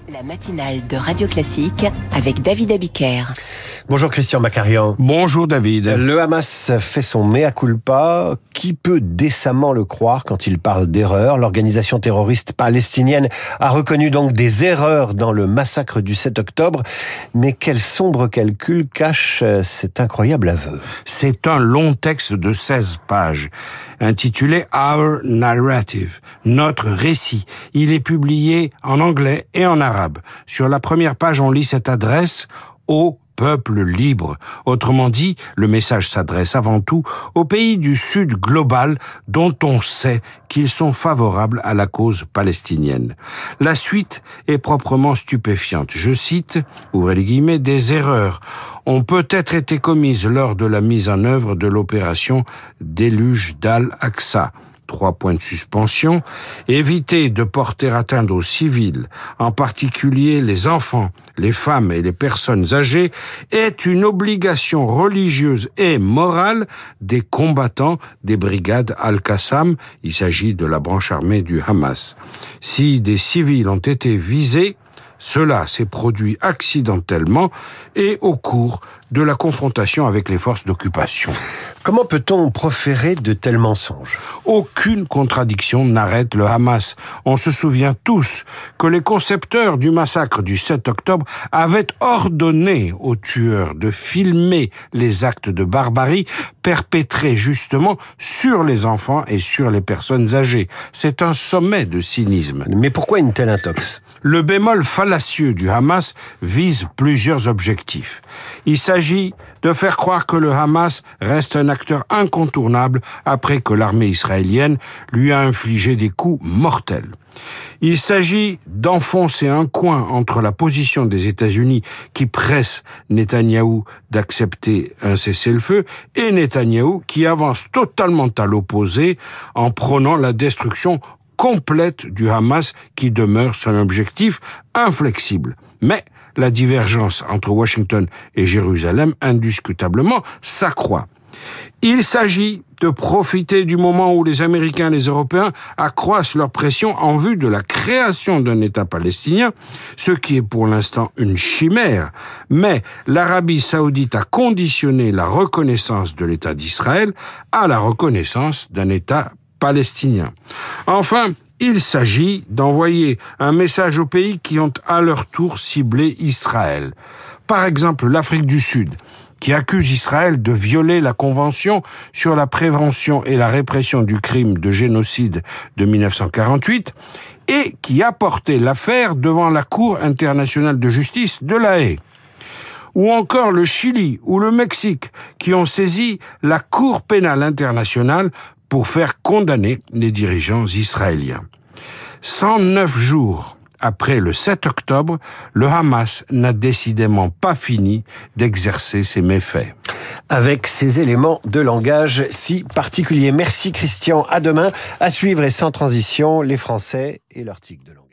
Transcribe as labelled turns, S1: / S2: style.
S1: La matinale de Radio Classique avec David Abiker.
S2: Bonjour Christian Macarian.
S3: Bonjour David.
S2: Le Hamas fait son mea culpa. Qui peut décemment le croire quand il parle d'erreurs ? L'organisation terroriste palestinienne a reconnu donc des erreurs dans le massacre du 7 octobre. Mais quel sombre calcul cache cet incroyable aveu ?
S3: C'est un long texte de 16 pages, intitulé Our Narrative, notre récit. Il est publié en anglais et en arabe. Sur la première page, on lit cette adresse au peuple libre. Autrement dit, le message s'adresse avant tout aux pays du Sud global dont on sait qu'ils sont favorables à la cause palestinienne. La suite est proprement stupéfiante. Je cite, ouvrez les guillemets, des erreurs ont peut-être été commises lors de la mise en œuvre de l'opération Déluge d'Al-Aqsa. 3 points de suspension. Éviter de porter atteinte aux civils, en particulier les enfants, les femmes et les personnes âgées, est une obligation religieuse et morale des combattants des brigades Al-Qassam. Il s'agit de la branche armée du Hamas. Si des civils ont été visés, cela s'est produit accidentellement et au cours de la confrontation avec les forces d'occupation.
S2: Comment peut-on proférer de tels mensonges ?
S3: Aucune contradiction n'arrête le Hamas. On se souvient tous que les concepteurs du massacre du 7 octobre avaient ordonné aux tueurs de filmer les actes de barbarie perpétrés justement sur les enfants et sur les personnes âgées. C'est un sommet de cynisme.
S2: Mais pourquoi une telle intox ?
S3: Le bémol fallacieux du Hamas vise plusieurs objectifs. Il s'agit de faire croire que le Hamas reste un acteur incontournable après que l'armée israélienne lui a infligé des coups mortels. Il s'agit d'enfoncer un coin entre la position des États-Unis qui presse Netanyahou d'accepter un cessez-le-feu et Netanyahou qui avance totalement à l'opposé en prônant la destruction complète du Hamas qui demeure son objectif inflexible. Mais la divergence entre Washington et Jérusalem, indiscutablement, s'accroît. Il s'agit de profiter du moment où les Américains et les Européens accroissent leur pression en vue de la création d'un État palestinien, ce qui est pour l'instant une chimère, mais l'Arabie saoudite a conditionné la reconnaissance de l'État d'Israël à la reconnaissance d'un État palestinien. Enfin, il s'agit d'envoyer un message aux pays qui ont à leur tour ciblé Israël. Par exemple, l'Afrique du Sud, qui accuse Israël de violer la Convention sur la prévention et la répression du crime de génocide de 1948 et qui a porté l'affaire devant la Cour internationale de justice de La Haye. Ou encore le Chili ou le Mexique, qui ont saisi la Cour pénale internationale pour faire condamner les dirigeants israéliens. 109 jours après le 7 octobre, le Hamas n'a décidément pas fini d'exercer ses méfaits.
S2: Avec ces éléments de langage si particuliers. Merci Christian, à demain. À suivre et sans transition, les Français et leur tic de langue.